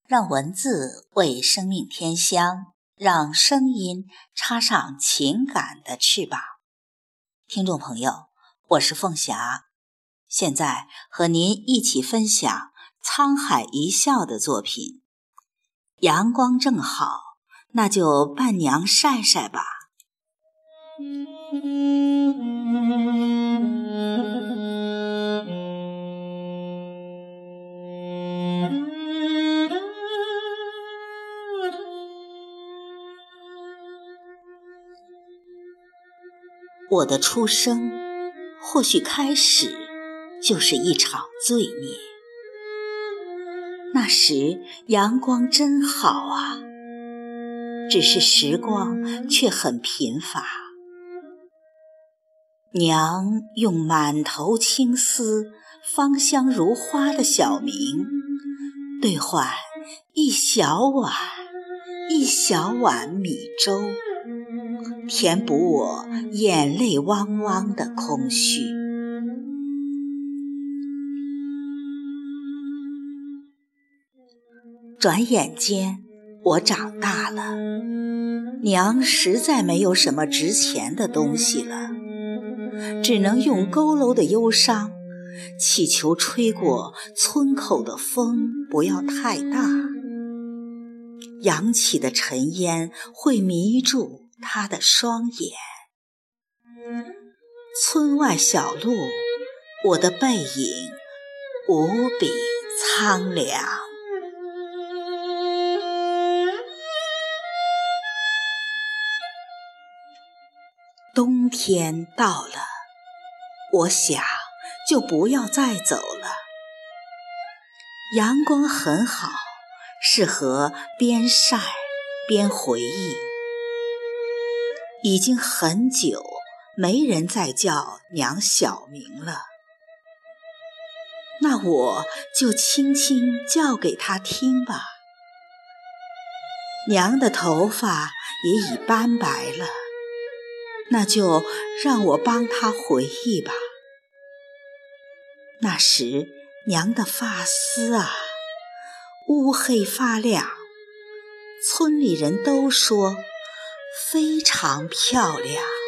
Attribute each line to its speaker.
Speaker 1: 让文字为生命添香，让声音插上情感的翅膀。听众朋友，我是凤霞，现在和您一起分享沧海一笑的作品。阳光正好，那就伴娘晒晒吧。我的出生或许开始就是一场罪孽，那时阳光真好啊，只是时光却很贫乏。娘用满头青丝、芳香如花的小名，兑换一小碗米粥，填补我眼泪汪汪的空虚。转眼间我长大了，娘实在没有什么值钱的东西了，只能用佝偻的忧伤祈求吹过村口的风不要太大，扬起的尘烟会迷住他的双眼。村外小路，我的背影无比苍凉。冬天到了，我想就不要再走了。阳光很好，适合边晒边回忆。已经很久没人再叫娘小名了，那我就轻轻叫给她听吧。娘的头发也已斑白了，那就让我帮她回忆吧。那时娘的发丝啊，乌黑发亮，村里人都说非常漂亮。